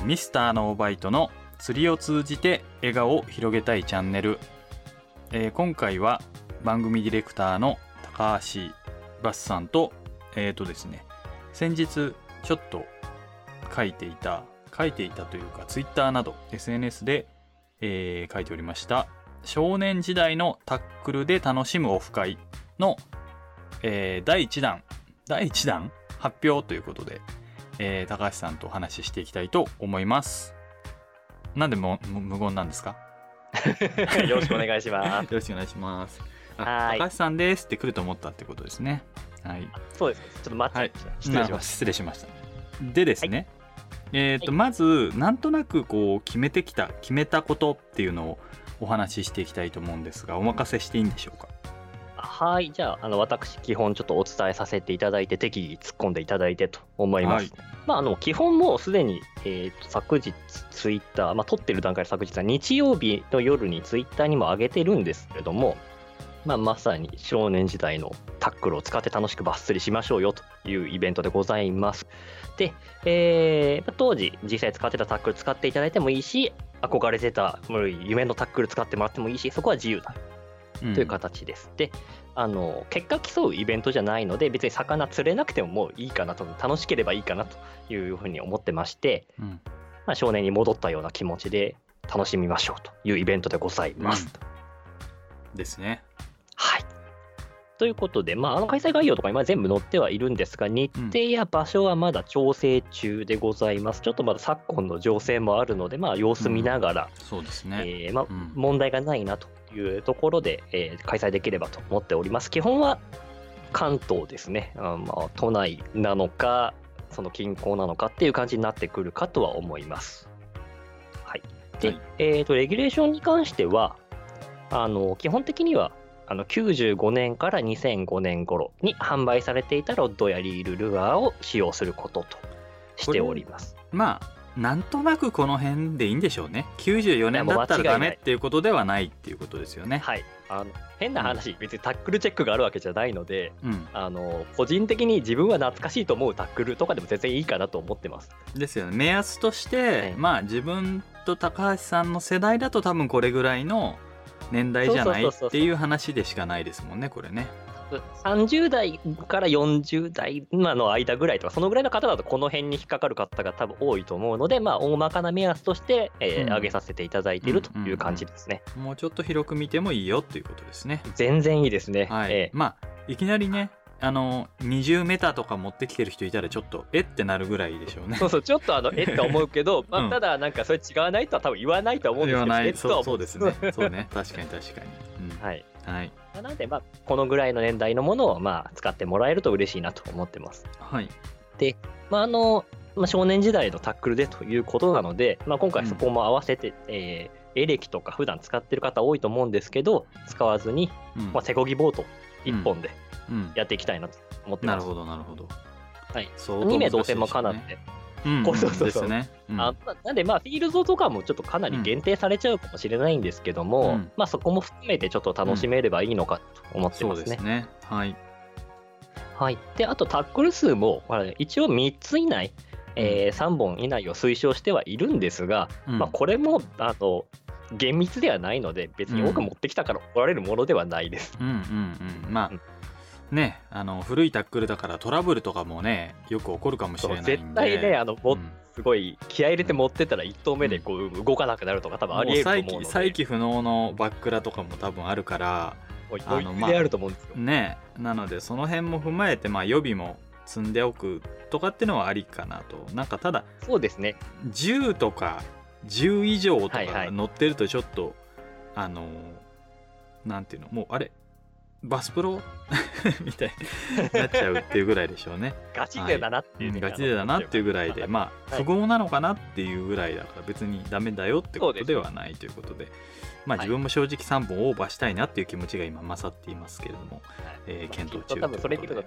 ミスターのオーバイトの釣りを通じて笑顔を広げたいチャンネル、今回は番組ディレクターの高橋バスさんとですね、先日ちょっと書いていたというかツイッターなど SNS で、書いておりました少年時代のタックルで楽しむオフ会の、第1弾発表ということで、高橋さんとお話ししていきたいと思います。なんで無言なんですか？ よろしくお願いします。 よろしくお願いします。 はい、 高橋さんですって来ると思ったってことですね。はい。 そうです。ちょっと待って、 はい、失礼しました。でですね、 はい、 まずなんとなくこう決めたことっていうのをお話ししていきたいと思うんですが、お任せしていいんでしょうか？ はい、じゃあ私基本ちょっとお伝えさせていただいて適宜突っ込んでいただいてと思います。はい、基本もうすでに、昨日ツイッター、撮ってる段階で昨日は日曜日の夜にツイッターにも上げてるんですけれども、まさに少年時代のタックルを使って楽しくバッスリしましょうよというイベントでございます。で、当時実際使ってたタックル使っていただいてもいいし、憧れてた夢のタックル使ってもらってもいいし、そこは自由だという形です。で、結果競うイベントじゃないので、別に魚釣れなくてももういいかなと、楽しければいいかなというふうに思ってまして、少年に戻ったような気持ちで楽しみましょうというイベントでございます。 ですね。 はい。ということで、開催概要とか今全部載ってはいるんですが、日程や場所はまだ調整中でございます。ちょっとまだ昨今の情勢もあるので、様子見ながら、 そうですね。 問題がないなというところで、開催できればと思っております。基本は関東ですね。都内なのか、その近郊なのかっていう感じになってくるかとは思います。はい。で、レギュレーションに関しては、基本的には95年から2005年頃に販売されていたロッドやリールルアーを使用することとしております。 なんとなくこの辺でいいんでしょうね。94年だったらダメっていうことではないっていうことですよね。 はい。変な話、別にタックルチェックがあるわけじゃないので、個人的に自分は懐かしいと思うタックルとかでも全然いいかなと思ってます。 ですよね。目安として、自分と高橋さんの世代だと多分これぐらいの年代じゃないっていう話でしかないですもんね、これね。 30代から40代の間ぐらいとか、そのぐらいの方だとこの辺に引っかかる方が多分多いと思うので、大まかな目安として、上げさせていただいているという感じですね。 もうちょっと広く見てもいいよっていうことですね。 全然いいですね。 はい。いきなりね、20メーターとか持ってきてる人いたらちょっとってなるぐらいでしょうね。 そうちょっとって思うけど、ただなんかそれ違わないとは多分言わないと思うんですけど、 言わない。そうですね。そうね。確かに。 はい。 はい。 なのでこのぐらいの年代のものを使ってもらえると嬉しいなと思ってます。 はい。 で、少年時代のタックルでということなので、今回そこも合わせて、エレキとか普段使ってる方多いと思うんですけど、使わずに、手漕ぎボート1本でやっていきたいなと思ってます。 なるほど。 はい。2名同点もかなって。そうですね。なんでフィールドとかもちょっとかなり限定されちゃうかもしれないんですけども、そこも含めてちょっと楽しめればいいのかと思ってますね。 そうですね。はい。 はい。で、あとタックル数も一応3つ以内、3本以内を推奨してはいるんですが、これも厳密ではないので、別に多く持ってきたから怒られるものではないです。 ね、古いタックルだからトラブルとかもねよく起こるかもしれないんで、 絶対ねすごい気合い入れて持ってたら1投目でこう動かなくなるとか多分ありえると思うので、 再起不能のバックラとかも多分あるから余裕であると思うんですよね。なのでその辺も踏まえて予備も積んでおくとかっていうのはありかなと。なんかただそうですね、 10とか10以上とか乗ってるとちょっと、なんていうの、もうあれバスプロみたいになっちゃうっていうぐらいでしょうね。 ガチ勢だなっていう、 ガチ勢だなっていうぐらいで、不合なのかなっていうぐらいだから別にダメだよってことではないということで、自分も正直3本オーバーしたいなっていう気持ちが今勝っていますけれども、検討中ということで。 多分それってこと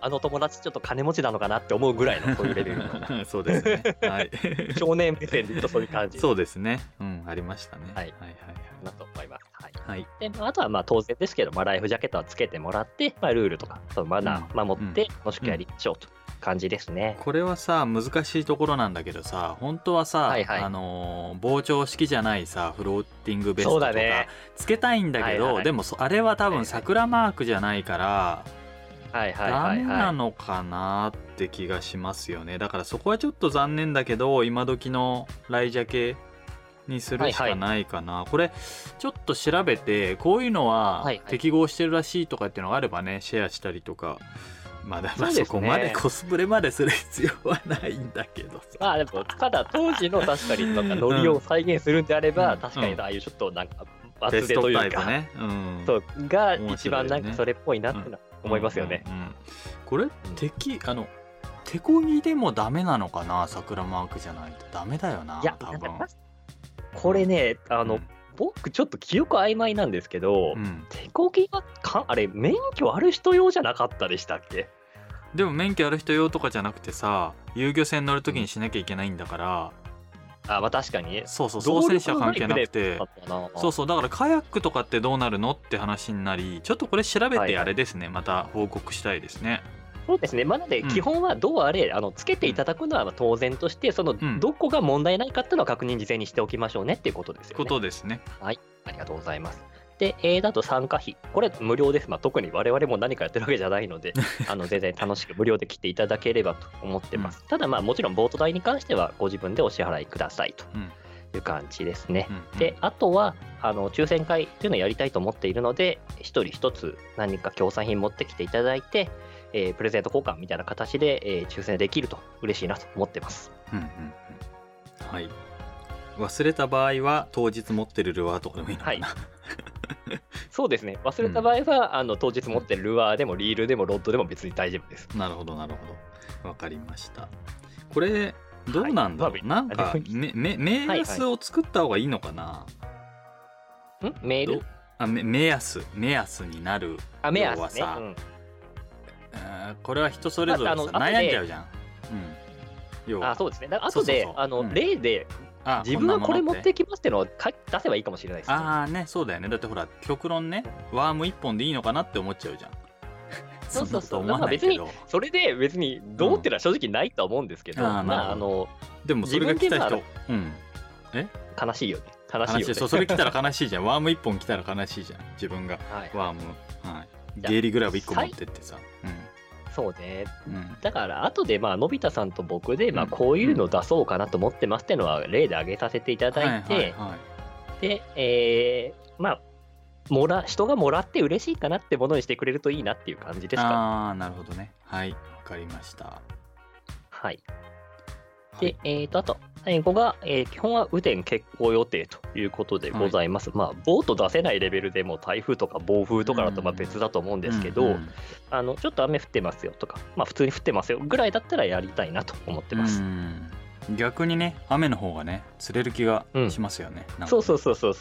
あの友達ちょっと金持ちなのかなって思うぐらいのそういうレベルのそうですね。はい。 少年目線で言うとそういう感じそうですね。ありましたね。 はいはいなと思います。はい。 はい。 で、あとはまあ当然ですけど、ライフジャケットはつけてもらって、ルールとかそのマナー守って楽しくやりましょうと感じですね。 これはさ難しいところなんだけどさ、本当はさ、膨張式じゃないさフローティングベストとかつけたいんだけど、でもあれは多分桜マークじゃないから、ダメなのかなって気がしますよね。だからそこはちょっと残念だけど、今時のライジャケにするしかないかな。これちょっと調べて、こういうのは適合してるらしいとかっていうのがあればね、シェアしたりとか。まあそこまでコスプレまでする必要はないんだけどさ。 でもただ当時の確かになんかノリを再現するんであれば、確かにああいうちょっとなんか厚手というか、そうが一番なんかそれっぽいなって思いますよね。 これ手こぎでもダメなのかな。桜マークじゃないとダメだよな。 いや多分これね、僕ちょっと記憶曖昧なんですけど、手こぎはあれ免許ある人用じゃなかったでしたっけ？ でも免許ある人用とかじゃなくてさ、遊漁船乗るときにしなきゃいけないんだから、 まあ確かに操船者関係なくて、だからカヤックとかってどうなるのって話になり、ちょっとこれ調べてあれですね、また報告したいですね。 そうですね。なので基本はどうあれつけていただくのは当然として、そのどこが問題ないかっていうのを確認事前にしておきましょうねっていうことですよね。 ことですね。 はい、ありがとうございます。で、だと参加費、これ無料です。特に我々も何かやってるわけじゃないので、全然楽しく無料で来ていただければと思ってます。ただもちろんボート代に関してはご自分でお支払いくださいという感じですね。で、あとは抽選会というのをやりたいと思っているので、一人一つ何か協賛品持ってきていただいて、プレゼント交換みたいな形で、抽選できると嬉しいなと思ってます。 はい。忘れた場合は当日持ってるルアーとかでもいいのかな。 そうですね。忘れた場合は、当日持ってるルアーでもリールでもロッドでも別に大丈夫です。 なるほど。わかりました。これどうなんだろう。なんか目安を作った方がいいのかな。 メール？ 目安になる要はさ、これは人それぞれさ、悩んじゃうじゃん。要はそうですね。後で例で自分はこれ持ってきますってのを出せばいいかもしれないですね。 そうだよね。だってほら極論ね、ワーム1本でいいのかなって思っちゃうじゃん。 別にそれで別にどうってのは正直ないと思うんですけど、 でもそれが来た人、 悲しいよね。悲しいよね。 それ来たら悲しいじゃん。ワーム1本来たら悲しいじゃん。自分がワームゲーリグラブ1個持ってってさ。 そうね。だから後でのび太さんと僕でこういうの出そうかなと思ってますっていうのは例で挙げさせていただいて、で人がもらって嬉しいかなってものにしてくれるといいなっていう感じですか。 なるほどね。はい、わかりました。 はい。で、あと最後が、基本は雨天決行予定ということでございます。ボート出せないレベルでも台風とか暴風とかだと別だと思うんですけど、ちょっと雨降ってますよとか、普通に降ってますよぐらいだったらやりたいなと思ってます。 逆にね、雨の方がね釣れる気がしますよね。 そう。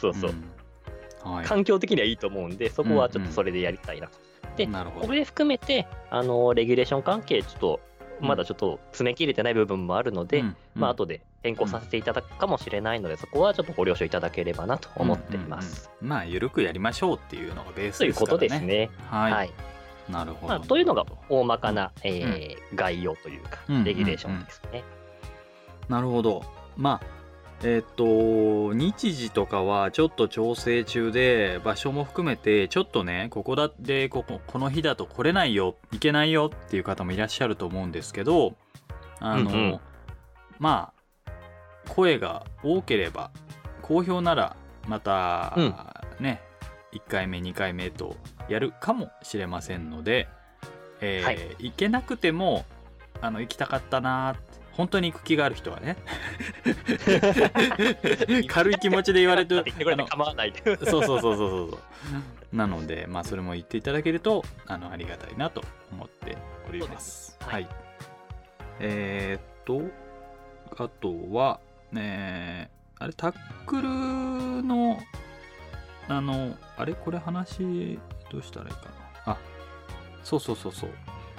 環境的にはいいと思うんで、そこはちょっとそれでやりたいなと。で、これ含めてレギュレーション関係ちょっとまだちょっと詰め切れてない部分もあるので、後で変更させていただくかもしれないので、そこはちょっとご了承いただければなと思っています。 緩くやりましょうっていうのがベースですからね。 ということですね。 はい。なるほど。 というのが大まかな概要というかレギュレーションですね。 なるほど。日時とかはちょっと調整中で、場所も含めてちょっとね、この日だと来れないよ、行けないよっていう方もいらっしゃると思うんですけど、声が多ければ好評ならまたね、1回目2回目とやるかもしれませんので、行けなくても行きたかったなって本当に行く気がある人はね軽い気持ちで言われて構わないそうなのでそれも言っていただけるとありがたいなと思っております。はい。あとはタックルのこれ話どうしたらいいかな。そう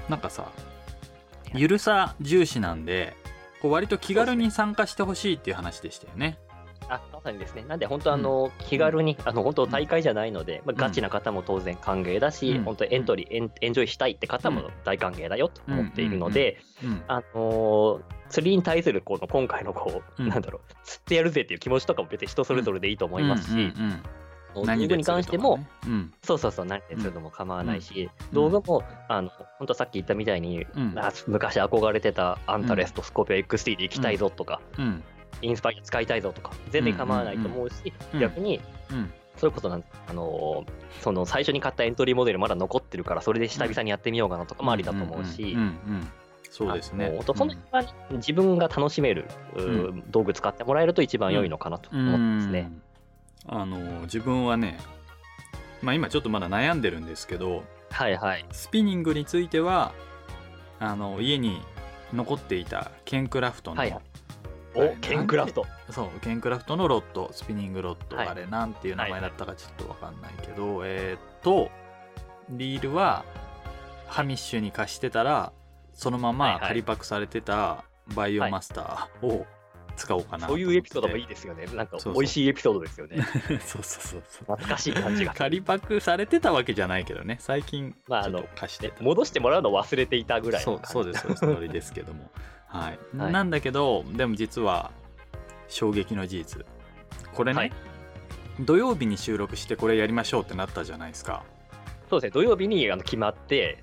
なんかさゆるさ重視なんでこう割と気軽に参加してほしいっていう話でしたよね。 まさにですね。なんで本当気軽に本当大会じゃないので、ガチな方も当然歓迎だし、本当エントリーエンジョイしたいって方も大歓迎だよと思っているので、釣りに対するこの今回のなんだろう釣ってやるぜっていう気持ちとかも別に人それぞれでいいと思いますし、道具に関しても、そう何で釣るのも構わないし、道具も本当さっき言ったみたいに、昔憧れてたアンタレスとスコーピオ XT で行きたいぞとか、インスパイア使いたいぞとか全然構わないと思うし、逆に、それこそその最初に買ったエントリーモデルまだ残ってるからそれで久々にやってみようかなとかもありだと思うし、 そうですね。 その一番自分が楽しめる道具使ってもらえると一番良いのかなと思ってますね。 自分はね、今ちょっとまだ悩んでるんですけど、スピニングについては家に残っていたケンクラフトの、 ケンクラフト、 そうケンクラフトのロッド、スピニングロッド、あれなんていう名前だったかちょっと分かんないけど、リールはハミッシュに貸してたらそのまま仮パクされてたバイオマスターを使おうかな、 そういうエピソードもいいですよね。なんか美味しいエピソードですよね。 そう懐かしい感じが。 仮パクされてたわけじゃないけどね、最近ちょっと貸してた、 戻してもらうの忘れていたぐらいの感じ。 そうですノリですけどもなんだけど、でも実は衝撃の事実、これね、土曜日に収録してこれやりましょうってなったじゃないですか。 そうですね、土曜日に決まって、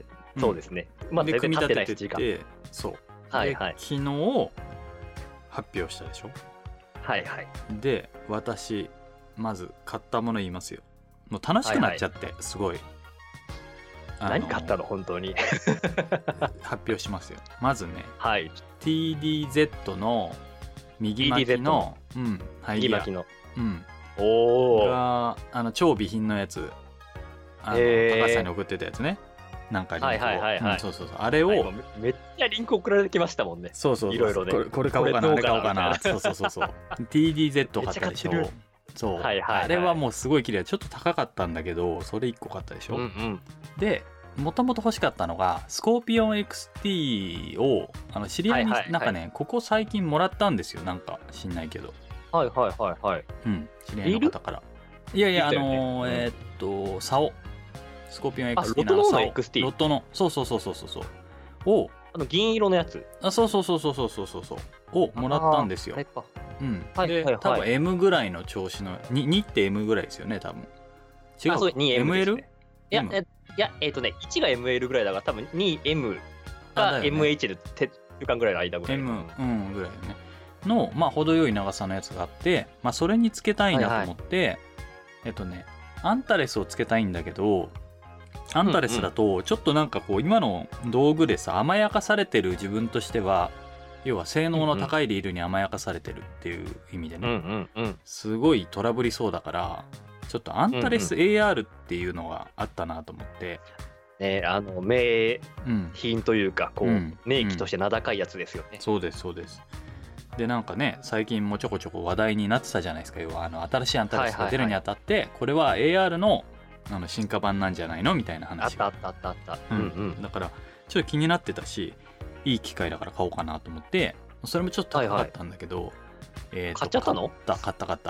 そうですね、 で組み立ててて、そうで昨日発表したでしょ。で私まず買ったもの言いますよ。もう楽しくなっちゃって、すごい。 何買ったの本当に。 発表しますよ。まずね、 TDZ の右巻きの右巻きのが超備品のやつ、高橋さんに送ってたやつね。なんかリンクを、そうあれをめっちゃリンク送られてきましたもんね。 そういろいろね、 これ買おうかな、あれ買おうかな、そう TDZ 買ったでしょ。そう、あれはもうすごい綺麗、ちょっと高かったんだけどそれ1個買ったでしょ。でもともと欲しかったのがスコーピオン XT を知り合いになんかね、ここ最近もらったんですよ。なんか知んないけど、知り合いの方から。いや竿、スコーピオン XT の竿、ロットのそうを銀色のやつ、 そうをもらったんですよ。で多分 M ぐらいの調子の 2って M ぐらいですよね、多分。違う、 2M ですね。 ML？ 1が ML ぐらいだから多分 2M が MH で中間ぐらいの間ぐらい。 M ぐらいねの程よい長さのやつがあって、それにつけたいなと思って、アンタレスをつけたいんだけど、アンタレスだとちょっとなんかこう今の道具でさ甘やかされてる自分としては、要は性能の高いリールに甘やかされてるっていう意味でね、すごいトラブりそうだからちょっとアンタレス AR っていうのがあったなと思って、 名品というかこう名機として名高いやつですよね。 そうですでなんかね、最近もちょこちょこ話題になってたじゃないですか。要は新しいアンタレスが出るにあたって、これは AR の進化版なんじゃないのみたいな話があった。 だからちょっと気になってたし、いい機会だから買おうかなと思って、それもちょっと高かったんだけど、 買っちゃったの？ 買った買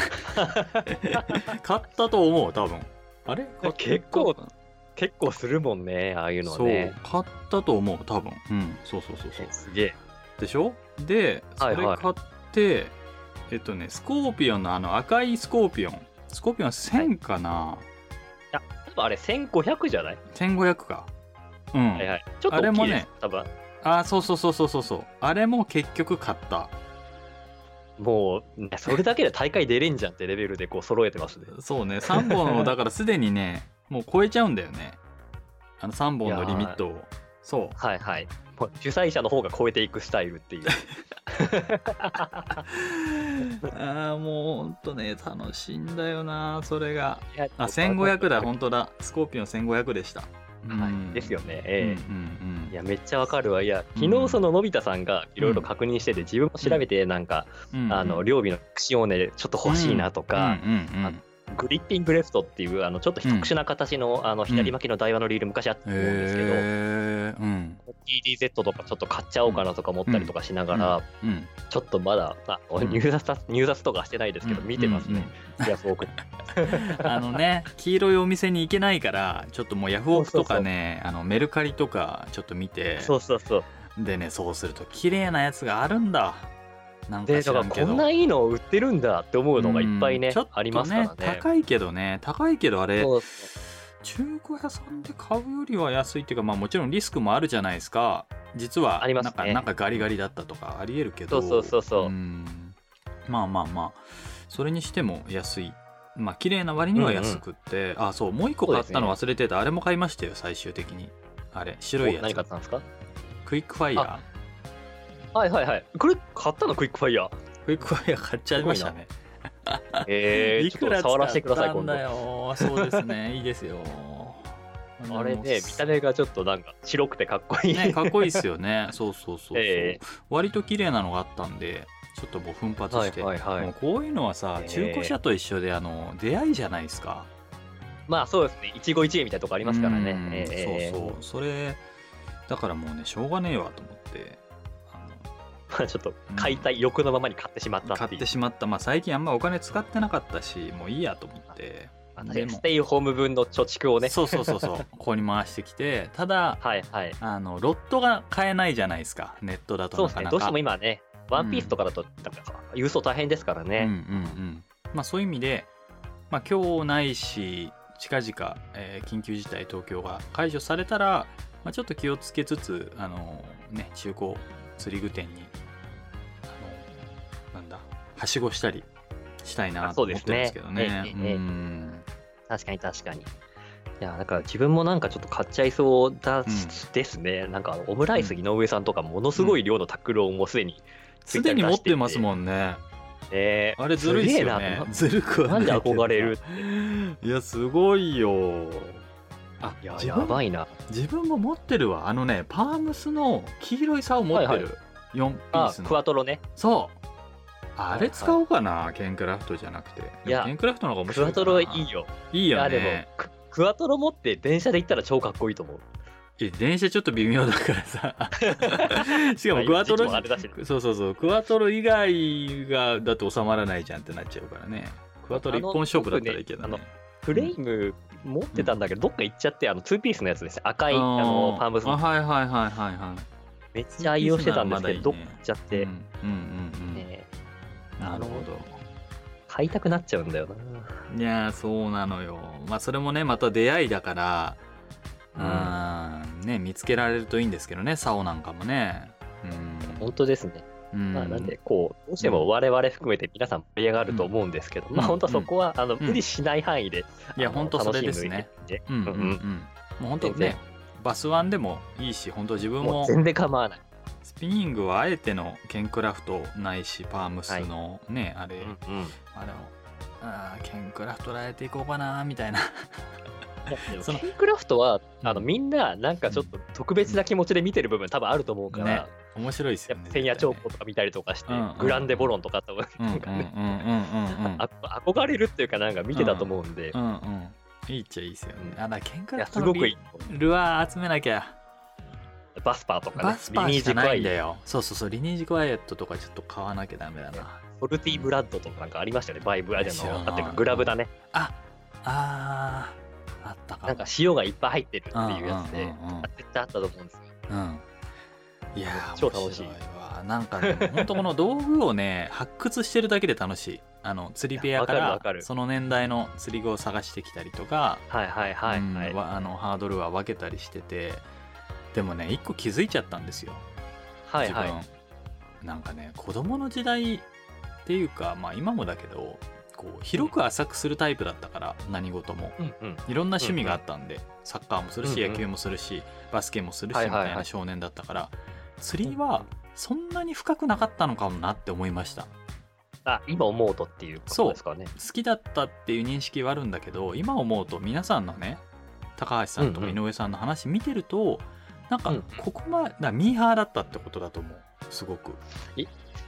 ったと思う、多分。あれ結構するもんね、ああいうのはね。 そう買ったと思う、多分。そうすげえでしょ。でそれ買って、スコーピオンの赤いスコーピオン1000かな。 あれ1500じゃない？ 1500 か。 ちょっと大きいです、あれもね、多分。 そうあれも結局買った。 もうそれだけで大会出れんじゃんってレベルでこう揃えてますね。 そうね、3本をだからすでにねもう超えちゃうんだよね、3本のリミットを。そう、 もう主催者の方が超えていくスタイルっていう。 もうほんとね楽しいんだよなそれが。1500だ、本当だ、スコーピオン1500でした。 ですよね。いやめっちゃわかるわ。いや昨日そののび太さんがいろいろ確認してて、自分も調べてなんか両備のクシオーネちょっと欲しいなとか、 グリッピングレフトっていうちょっと特殊な形の、左巻きの台話のリール昔あったと思うんですけど、TDZ とかちょっと買っちゃおうかなとか思ったりとかしながら、ちょっとまだ、入札とかしてないですけど、見てますね。ヤフオク。 黄色いお店に行けないからちょっともうヤフオクとかね、メルカリとかちょっと見て、でね、そうすると綺麗なやつがあるんだ。なんか知らんけど、 こんないいの売ってるんだって思うのがいっぱいね、ありますからね。 高いけどあれ中古屋さんで買うよりは安いっていうか、もちろんリスクもあるじゃないですか。実はなんかガリガリだったとかありえるけど、それにしても安い。綺麗な割には安くって、そう、もう一個買ったの忘れてた、あれも買いましたよ最終的に。あれ白いやつ。 何買ったんですか？ クイックファイヤー。 はいはいはい。これ買ったの？クイックファイヤー。 クイックファイヤー買っちゃいましたね。 いくら触らせてください今度。 そうですね、いいですよ。 あれね、見た目がちょっとなんか白くてかっこいいね。かっこいいですよね。そう、割と綺麗なのがあったんで、ちょっともう奮発して、もうこういうのはさ、中古車と一緒で出会いじゃないですか。 そうですね、一期一会みたいなとこありますからね。それだからもうね、しょうがねえわと思って。 ちょっと買いたい欲のままに買ってしまったっていう。 買ってしまった。最近あんまお金使ってなかったし、もういいやと思って。 ステイホーム分の貯蓄をね。 そうここに回してきて、ただ、ロットが買えないじゃないですか、ネットだとなかなか。 そうですね、どうしても今ね、ワンピースとかだと郵送大変ですからね。 そういう意味で、今日ないし近々、緊急事態東京が解除されたら、ちょっと気をつけつつ中古釣り具店にはしごしたりしたいなと思ってるんですけどね。 確かに。いや、だから自分もなんかちょっと買っちゃいそうですね。なんかオムライス井上さんとかものすごい量のタックルをもうすでに持ってますもんね。あれずるいっすよね。ずるくはないけど。 なんで憧れるって。 いや、すごいよ。 やばいな。 自分も持ってるわ。パームスの黄色い竿持ってる。4ピースの。 クワトロね。 そう。あれ使おうかな、ケンクラフトじゃなくて。ケンクラフトの方が面白いかな。 クワトロいいよ。 いいよね。 でもクワトロ持って電車で行ったら超かっこいいと思う。 電車ちょっと微妙だからさ。しかもクワトロ、そうクワトロ以外だと収まらないじゃんってなっちゃうからね。クワトロ一本勝負だったらいいけどね。 フレーム持ってたんだけど、どっか行っちゃって、2ピースのやつですね。赤いパームスの。めっちゃ愛用してたんですけど、どっか行っちゃって。 なるほど。 買いたくなっちゃうんだよな。いや、そうなのよ。それもね、また出会いだから、見つけられるといいんですけどね、竿なんかもね。 本当ですね。なんでどうしても我々含めて皆さん盛り上がると思うんですけど、本当そこは無理しない範囲で、 いや本当それですね。もう本当ね、バスワンでもいいし、本当自分も全然構わない。 スピニングはあえてのケンクラフトないし、パームスのね、あれ、ケンクラフトであえていこうかなみたいな。 ケンクラフトはみんななんかちょっと特別な気持ちで見てる部分多分あると思うから、 面白いですよね。 千夜兆候とか見たりとかして、グランデボロンとかと憧れるっていうか、なんか見てたと思うんで、 いいっちゃいいですよね。ケンクラフトのルアー集めなきゃ。 バスパーとかね、 バスパーしかないんだよ。そうリニージクワイエットとかちょっと買わなきゃダメだな。 ソルティブラッドとかなんかありましたよね。バイブラジャのっていうかグラブだね。 あったか。 なんか塩がいっぱい入ってるっていうやつで絶対あったと思うんですよ。 いや超楽しい。 なんかね、本当この道具をね発掘してるだけで楽しい。釣り部屋からその年代の釣り具を探してきたりとか、ハードルは分けたりしてて。でもね、一個気づいちゃったんですよ。自分なんかね、子供の時代っていうか、今もだけど、こう広く浅くするタイプだったから、何事もいろんな趣味があったんで、サッカーもするし、野球もするし、バスケもするしみたいな少年だったから、釣りはそんなに深くなかったのかもなって思いました。 今思うとっていうことですかね。 好きだったっていう認識はあるんだけど、今思うと皆さんのね、高橋さんとか井上さんの話見てると、なんかここまでミーハーだったってことだと思う。すごく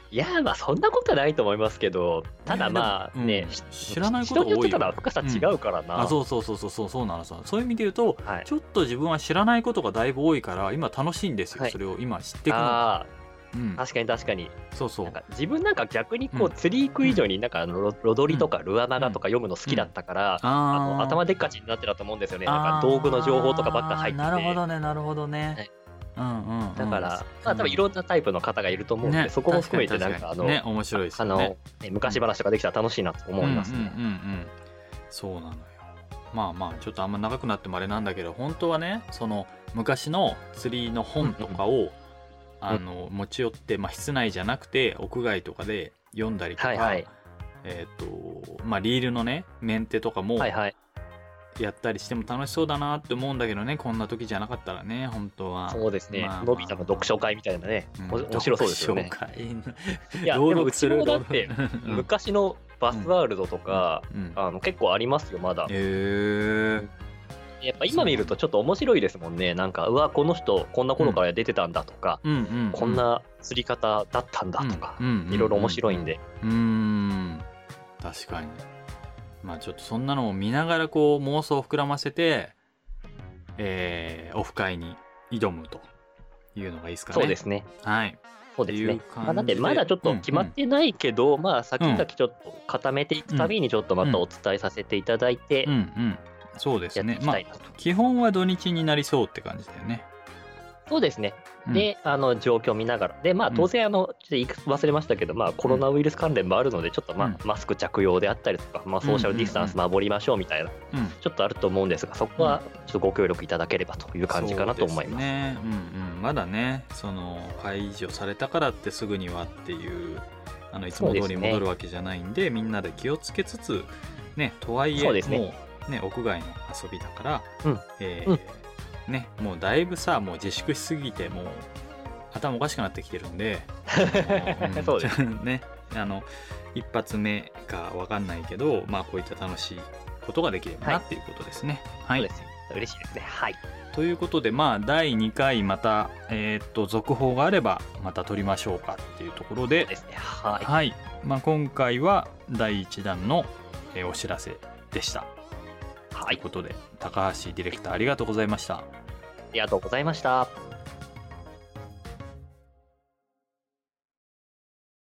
いやまあそんなことはないと思いますけど、ただまあね、 知らないことが多いよ。 人によってただ深さ違うからな。 そうなのさ。そういう意味で言うと、 はい、 ちょっと自分は知らないことがだいぶ多いから今楽しいんですよ、 はい、 それを今知っていくのが。 確かに確かに。 そうなんか自分なんか逆にこう釣り行く以上になんかロドリとかルアナガとか読むの好きだったから、頭でっかちになってたと思うんですよね。なんか道具の情報とかばっか入ってて。 なるほどねなるほどね。 だからまあ多分いろんなタイプの方がいると思うんで、そこも含めてなんか面白いですね。 昔話とかできたら楽しいなと思いますね。 そうなのよ。まあちょっとあんま長くなってもあれなんだけど、本当はねその昔の釣りの本とかを持ち寄って、室内じゃなくて屋外とかで読んだりとか、リールのねメンテとかもやったりしても楽しそうだなって思うんだけどね、こんな時じゃなかったらね、本当は。 そうですね、のび太の読書会みたいなね、面白そうですよね。いやでもうちもだって昔のバスワールドとか結構ありますよまだ。やっぱ今見るとちょっと面白いですもんね。なんかうわこの人こんな頃から出てたんだとか、こんな釣り方だったんだとか、いろいろ面白いんで。 確かに。ちょっとそんなのを見ながらこう妄想を膨らませて、オフ会に挑むというのがいいですかね。 そうですね。 はい。 そうですね。なんでまだちょっと決まってないけど、先々ちょっと固めていくたびにちょっとまたお伝えさせていただいて。 そうですね。基本は土日になりそうって感じだよね。 そうですね。で、状況を見ながら。で、当然、ちょっと忘れましたけど、コロナウイルス関連もあるので、ちょっとマスク着用であったりとか、ソーシャルディスタンス守りましょうみたいな、ちょっとあると思うんですが、そこはちょっとご協力いただければという感じかなと思います。 まだね、解除されたからってすぐにはっていう、いつも通り戻るわけじゃないんで、みんなで気をつけつつ、ね、とはいえ、もうね、屋外の遊びだから、ね、もうだいぶさもう自粛しすぎてもう頭おかしくなってきてるんでそうですね、一発目か分かんないけど、こういった楽しいことができればなっていうことですね。 はい、そうですね。嬉しいですね。はい。 ということで第2回また、続報があればまた撮りましょうかっていうところで、 そうですね。はい。 今回は第1弾の、お知らせでした。ということで高橋ディレクターありがとうございました。 ありがとうございました。